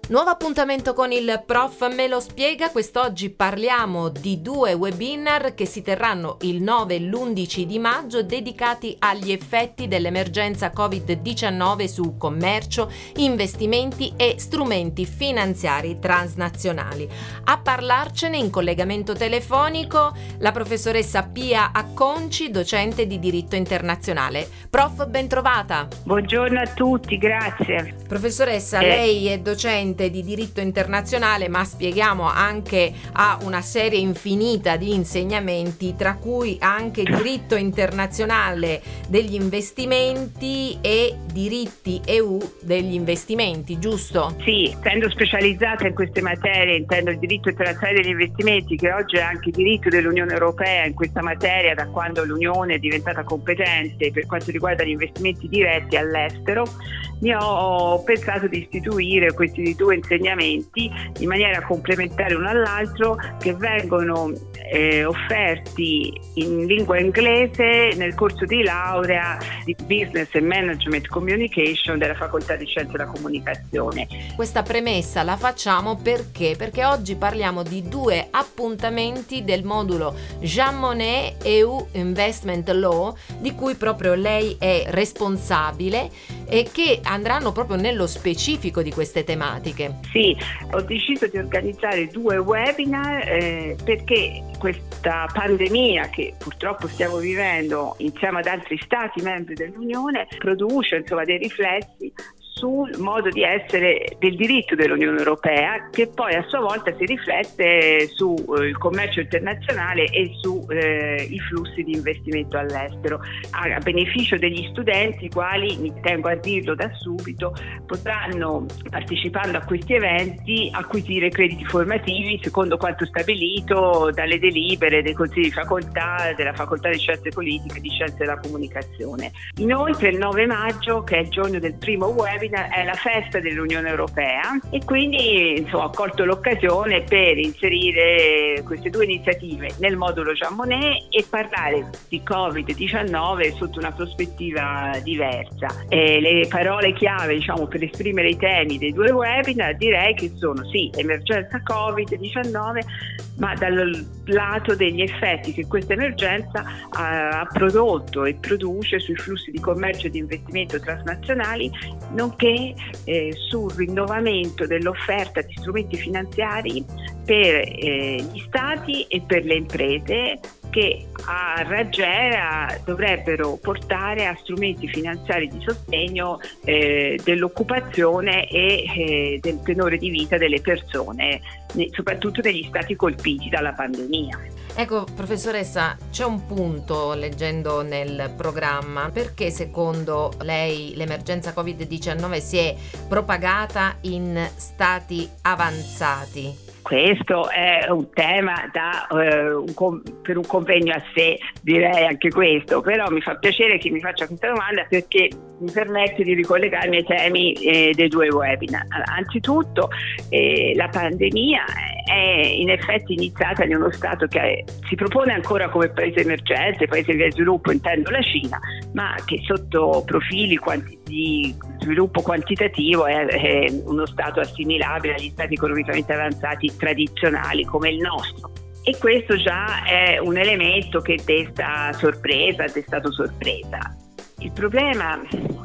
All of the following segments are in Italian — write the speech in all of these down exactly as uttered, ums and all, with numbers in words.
Nuovo appuntamento con il Prof Me lo spiega. Quest'oggi parliamo di due webinar che si terranno il nove e l'undici di maggio dedicati agli effetti dell'emergenza covid diciannove su commercio, investimenti e strumenti finanziari transnazionali. A parlarcene in collegamento telefonico la professoressa Pia Acconci, docente di diritto internazionale. Prof, bentrovata. Buongiorno a tutti, grazie. Professoressa, eh. lei è docente di diritto internazionale, ma spieghiamo anche ha una serie infinita di insegnamenti, tra cui anche diritto internazionale degli investimenti e diritti E U degli investimenti, giusto? Sì, essendo specializzata in queste materie, intendo il diritto internazionale degli investimenti, che oggi è anche diritto dell'Unione Europea in questa materia, da quando l'Unione è diventata competente per quanto riguarda gli investimenti diretti all'estero. Mi ho pensato di istituire questi due insegnamenti in maniera complementare uno all'altro, che vengono eh, offerti in lingua inglese nel corso di laurea di Business and Management Communication della Facoltà di Scienze della Comunicazione. Questa premessa la facciamo perché? Perché oggi parliamo di due appuntamenti del modulo Jean Monnet E U Investment Law, di cui proprio lei è responsabile e che andranno proprio nello specifico di queste tematiche. Sì, ho deciso di organizzare due webinar eh, perché questa pandemia che purtroppo stiamo vivendo insieme ad altri stati membri dell'Unione produce insomma dei riflessi sul modo di essere del diritto dell'Unione Europea, che poi a sua volta si riflette sul eh, commercio internazionale e sui eh, flussi di investimento all'estero, a beneficio degli studenti, i quali, mi tengo a dirlo da subito, potranno, partecipando a questi eventi, acquisire crediti formativi secondo quanto stabilito dalle delibere dei consigli di facoltà, della Facoltà di Scienze Politiche e di Scienze della Comunicazione. Inoltre il nove maggio, che è il giorno del primo webinar, è la festa dell'Unione Europea, e quindi insomma ho colto l'occasione per inserire queste due iniziative nel modulo Jean Monnet e parlare di covid diciannove sotto una prospettiva diversa. E le parole chiave, diciamo, per esprimere i temi dei due webinar direi che sono sì, emergenza covid diciannove, ma dal lato degli effetti che questa emergenza ha prodotto e produce sui flussi di commercio e di investimento transnazionali, nonché eh, sul rinnovamento dell'offerta di strumenti finanziari per eh, gli stati e per le imprese, che a raggiera dovrebbero portare a strumenti finanziari di sostegno eh, dell'occupazione e eh, del tenore di vita delle persone, ne, soprattutto negli stati colpiti dalla pandemia. Ecco, professoressa, c'è un punto leggendo nel programma: perché secondo lei l'emergenza covid diciannove si è propagata in stati avanzati? Questo è un tema da, eh, un com- per un convegno a sé, direi anche questo, però mi fa piacere che mi faccia questa domanda perché mi permette di ricollegarmi ai temi eh, dei due webinar. Allora, anzitutto eh, la pandemia è in effetti iniziata in uno stato che si propone ancora come paese emergente, paese di sviluppo, intendo la Cina, ma che sotto profili quanti- di sviluppo quantitativo è, è uno stato assimilabile agli stati economicamente avanzati tradizionali come il nostro. E questo già è un elemento che desta sorpresa, ha destato sorpresa. Il problema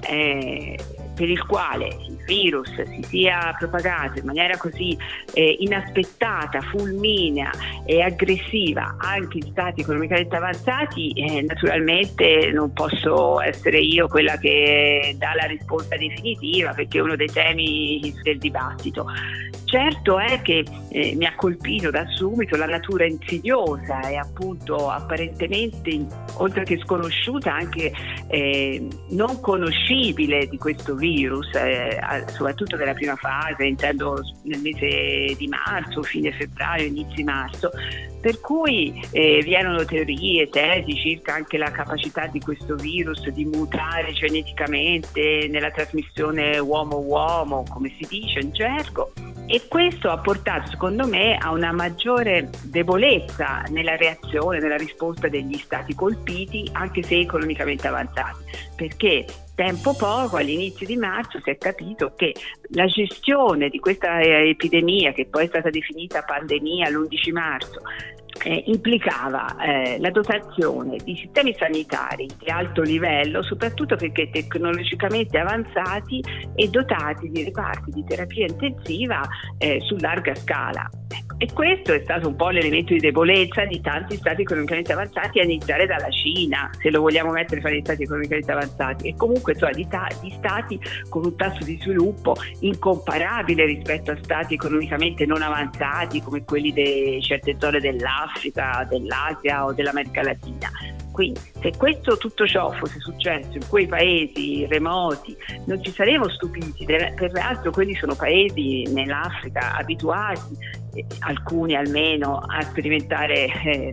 è per il quale il virus si sia propagato in maniera così eh, inaspettata, fulminea e aggressiva anche in stati economicamente avanzati, eh, naturalmente non posso essere io quella che dà la risposta definitiva, perché è uno dei temi del dibattito. Certo è che eh, mi ha colpito da subito la natura insidiosa e appunto apparentemente, oltre che sconosciuta, anche eh, non conoscibile di questo virus, eh, soprattutto nella prima fase, intendo nel mese di marzo, fine febbraio, inizi marzo, per cui eh, vi erano teorie, tesi circa anche la capacità di questo virus di mutare geneticamente nella trasmissione uomo-uomo, come si dice in gergo. E questo ha portato, secondo me, a una maggiore debolezza nella reazione, nella risposta degli stati colpiti, anche se economicamente avanzati, perché tempo poco, all'inizio di marzo, si è capito che la gestione di questa epidemia, che poi è stata definita pandemia l'undici marzo, Eh, implicava eh, la dotazione di sistemi sanitari di alto livello, soprattutto perché tecnologicamente avanzati e dotati di reparti di terapia intensiva eh, su larga scala. Ecco, e questo è stato un po' l'elemento di debolezza di tanti stati economicamente avanzati, a iniziare dalla Cina, se lo vogliamo mettere fra gli stati economicamente avanzati, e comunque insomma, di, ta- di stati con un tasso di sviluppo incomparabile rispetto a stati economicamente non avanzati come quelli di certe zone dell'Africa, dell'Asia o dell'America Latina. Quindi se questo tutto ciò fosse successo in quei paesi remoti non ci saremmo stupiti, peraltro quelli sono paesi nell'Africa abituati, eh, alcuni almeno, a sperimentare eh,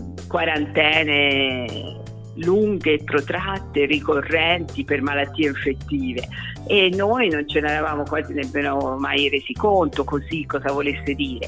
quarantene lunghe, protratte, ricorrenti per malattie infettive, e noi non ce ne eravamo quasi nemmeno mai resi conto così cosa volesse dire.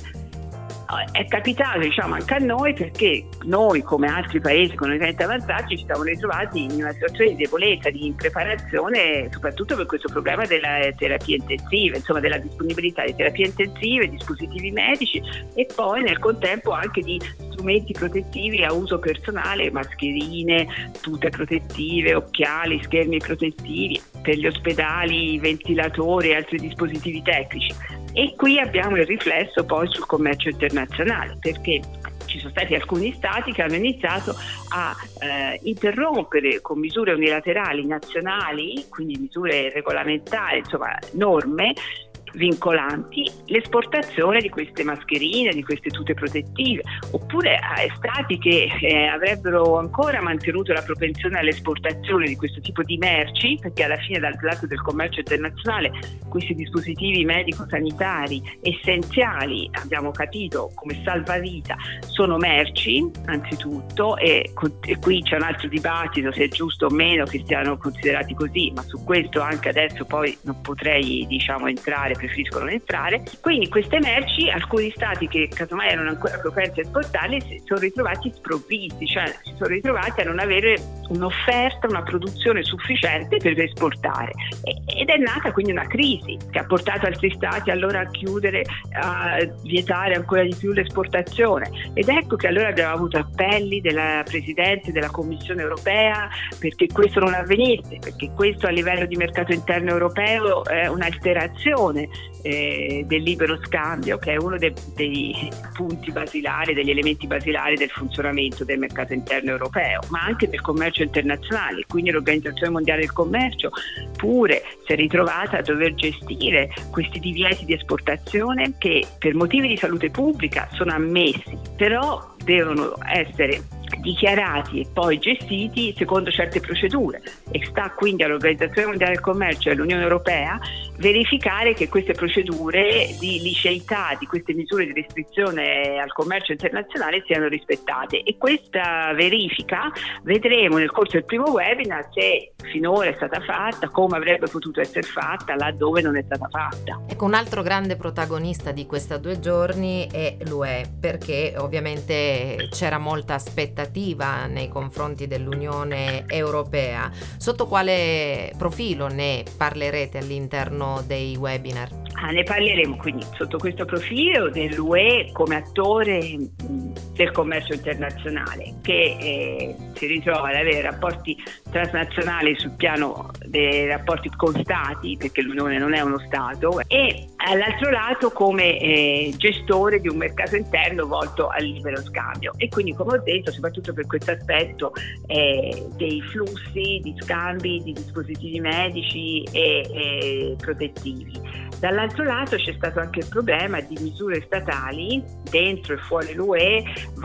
È capitato, diciamo, anche a noi, perché noi, come altri paesi economicamente avanzati, ci siamo ritrovati in una situazione di debolezza, di impreparazione, soprattutto per questo problema della terapia intensiva, insomma della disponibilità di terapie intensive, dispositivi medici, e poi nel contempo anche di strumenti protettivi a uso personale, mascherine, tute protettive, occhiali, schermi protettivi, per gli ospedali, ventilatori e altri dispositivi tecnici. E qui abbiamo il riflesso poi sul commercio internazionale, perché ci sono stati alcuni stati che hanno iniziato a eh, interrompere con misure unilaterali nazionali, quindi misure regolamentari, insomma norme vincolanti, l'esportazione di queste mascherine, di queste tute protettive, oppure a stati che eh, avrebbero ancora mantenuto la propensione all'esportazione di questo tipo di merci, perché alla fine dal lato del commercio internazionale questi dispositivi medico-sanitari essenziali, abbiamo capito, come salvavita, sono merci anzitutto, e, e qui c'è un altro dibattito se è giusto o meno che siano considerati così, ma su questo anche adesso poi non potrei diciamo entrare, preferisco non entrare. Quindi queste merci, alcuni stati che casomai erano ancora propensi a esportarle, si sono ritrovati sprovvisti, cioè si sono ritrovati a non avere un'offerta, una produzione sufficiente per esportare, e, ed è nata quindi una crisi che ha portato altri stati allora a chiudere, a vietare ancora di più l'esportazione, ed ecco che allora abbiamo avuto appelli della Presidente della Commissione europea perché questo non avvenisse, perché questo a livello di mercato interno europeo è un'alterazione eh, del libero scambio, che è uno dei, dei punti basilari, degli elementi basilari del funzionamento del mercato interno europeo, ma anche del commercio internazionale. Quindi l'Organizzazione Mondiale del Commercio pure si è ritrovata a dover gestire questi divieti di esportazione che per motivi di salute pubblica sono ammessi, però devono essere dichiarati e poi gestiti secondo certe procedure, e sta quindi all'Organizzazione Mondiale del Commercio e all'Unione Europea verificare che queste procedure di liceità, di queste misure di restrizione al commercio internazionale siano rispettate, e questa verifica vedremo nel corso del primo webinar se finora è stata fatta, come avrebbe potuto essere fatta laddove non è stata fatta. Ecco, un altro grande protagonista di questi due giorni è l'U E, perché ovviamente c'era molta aspettativa nei confronti dell'Unione Europea. Sotto quale profilo ne parlerete all'interno dei webinar? Ah, ne parleremo quindi sotto questo profilo dell'U E come attore del commercio internazionale, che eh, si ritrova ad avere rapporti transnazionali sul piano dei rapporti con stati, perché l'Unione non è uno stato, e all'altro lato come eh, gestore di un mercato interno volto al libero scambio, e quindi, come ho detto, soprattutto per questo aspetto eh, dei flussi di scambi di dispositivi medici e, e protettivi. Dall'altro lato c'è stato anche il problema di misure statali dentro e fuori l'U E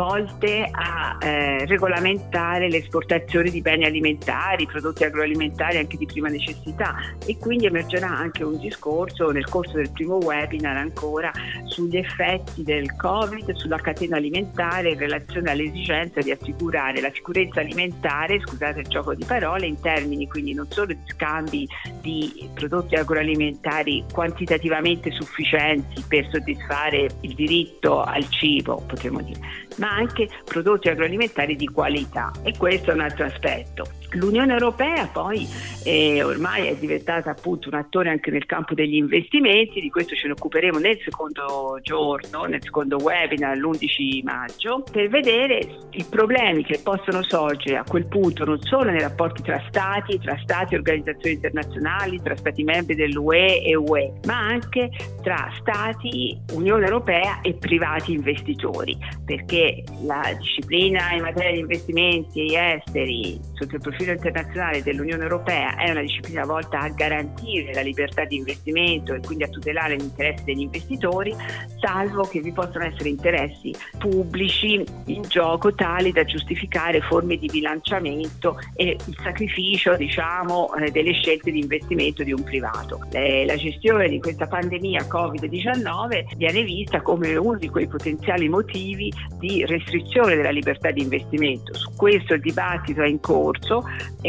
volte a eh, regolamentare le esportazioni di beni alimentari, prodotti agroalimentari anche di prima necessità, e quindi emergerà anche un discorso nel corso del primo webinar ancora sugli effetti del Covid sulla catena alimentare in relazione all'esigenza di assicurare la sicurezza alimentare, scusate il gioco di parole, in termini quindi non solo di scambi di prodotti agroalimentari quantitativi quantitativamente sufficienti per soddisfare il diritto al cibo, potremmo dire, ma anche prodotti agroalimentari di qualità, e questo è un altro aspetto. L'Unione Europea poi eh, ormai è diventata appunto un attore anche nel campo degli investimenti, di questo ce ne occuperemo nel secondo giorno, nel secondo webinar l'undici maggio, per vedere i problemi che possono sorgere a quel punto non solo nei rapporti tra stati, tra stati e organizzazioni internazionali, tra stati membri dell'U E e U E, ma anche tra stati, Unione Europea e privati investitori, perché la disciplina in materia di investimenti esteri sotto il profilo internazionale dell'Unione Europea è una disciplina volta a garantire la libertà di investimento e quindi a tutelare gli interessi degli investitori, salvo che vi possano essere interessi pubblici in gioco tali da giustificare forme di bilanciamento e il sacrificio, diciamo, eh, delle scelte di investimento di un privato. Eh, la gestione di questa pandemia covid diciannove viene vista come uno di quei potenziali motivi di restrizione della libertà di investimento. Su questo il dibattito è in corso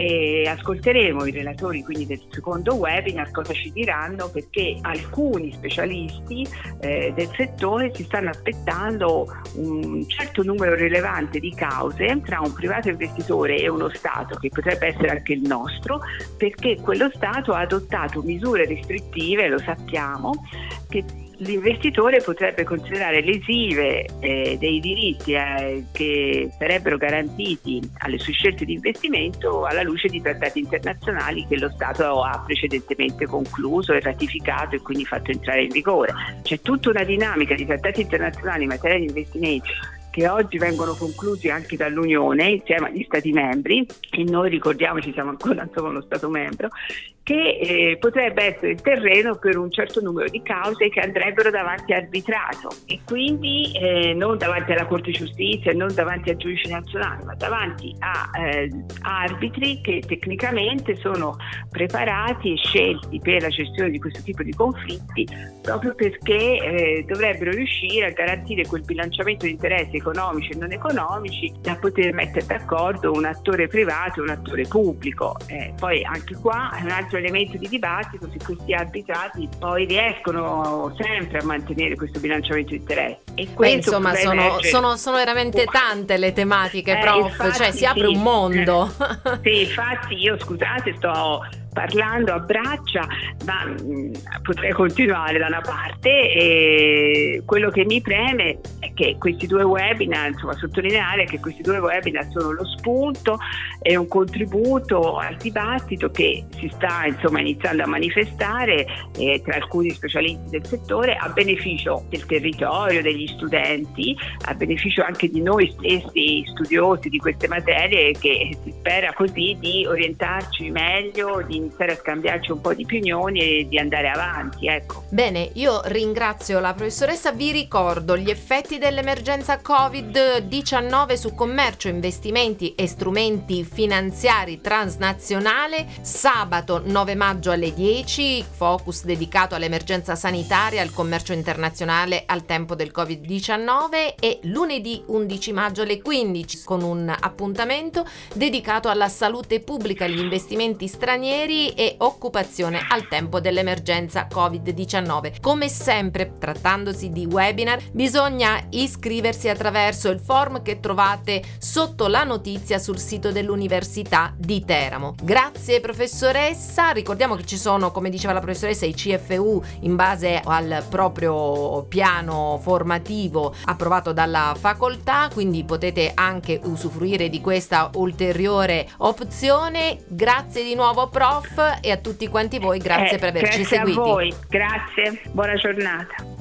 e ascolteremo i relatori quindi del secondo webinar cosa ci diranno, perché alcuni specialisti eh, del settore si stanno aspettando un certo numero rilevante di cause tra un privato investitore e uno Stato, che potrebbe essere anche il nostro, perché quello Stato ha adottato misure restrittive, lo sappiamo, che l'investitore potrebbe considerare lesive eh, dei diritti eh, che sarebbero garantiti alle sue scelte di investimento alla luce di trattati internazionali che lo Stato ha precedentemente concluso e ratificato e quindi fatto entrare in vigore. C'è tutta una dinamica di trattati internazionali in materia di investimenti che oggi vengono conclusi anche dall'Unione insieme agli Stati membri, e noi ricordiamoci siamo ancora insomma uno Stato membro, che eh, potrebbe essere il terreno per un certo numero di cause che andrebbero davanti a arbitrato, e quindi eh, non davanti alla Corte di Giustizia, non davanti a giudici nazionali, ma davanti a eh, arbitri che tecnicamente sono preparati e scelti per la gestione di questo tipo di conflitti, proprio perché eh, dovrebbero riuscire a garantire quel bilanciamento di interessi economici e non economici da poter mettere d'accordo un attore privato e un attore pubblico. Eh, poi anche qua è un altro elemento di dibattito se questi arbitrati poi riescono sempre a mantenere questo bilanciamento di interessi. E Beh, insomma sono, essere... sono, sono veramente tante le tematiche, eh, prof, infatti, cioè si apre sì, un mondo. Sì, infatti io scusate sto parlando a braccia, ma mh, potrei continuare da una parte, e quello che mi preme è che questi due webinar, insomma sottolineare che questi due webinar sono lo spunto e un contributo al dibattito che si sta insomma iniziando a manifestare eh, tra alcuni specialisti del settore a beneficio del territorio, degli studenti, a beneficio anche di noi stessi studiosi di queste materie, che si spera così di orientarci meglio, di iniziare a scambiarci un po' di opinioni e di andare avanti, ecco. Bene, io ringrazio la professoressa, vi ricordo gli effetti dell'emergenza covid diciannove su commercio, investimenti e strumenti finanziari transnazionale, sabato nove maggio alle dieci, focus dedicato all'emergenza sanitaria, al commercio internazionale al tempo del covid diciannove, e lunedì undici maggio alle quindici con un appuntamento dedicato alla salute pubblica, agli investimenti stranieri e occupazione al tempo dell'emergenza covid diciannove. Come sempre, trattandosi di webinar, bisogna iscriversi attraverso il form che trovate sotto la notizia sul sito dell'Università di Teramo. Grazie professoressa, ricordiamo che ci sono, come diceva la professoressa, i C F U in base al proprio piano formativo approvato dalla facoltà, quindi potete anche usufruire di questa ulteriore opzione. Grazie di nuovo prof, e a tutti quanti voi grazie eh, per averci grazie seguiti. Grazie a voi, grazie, buona giornata.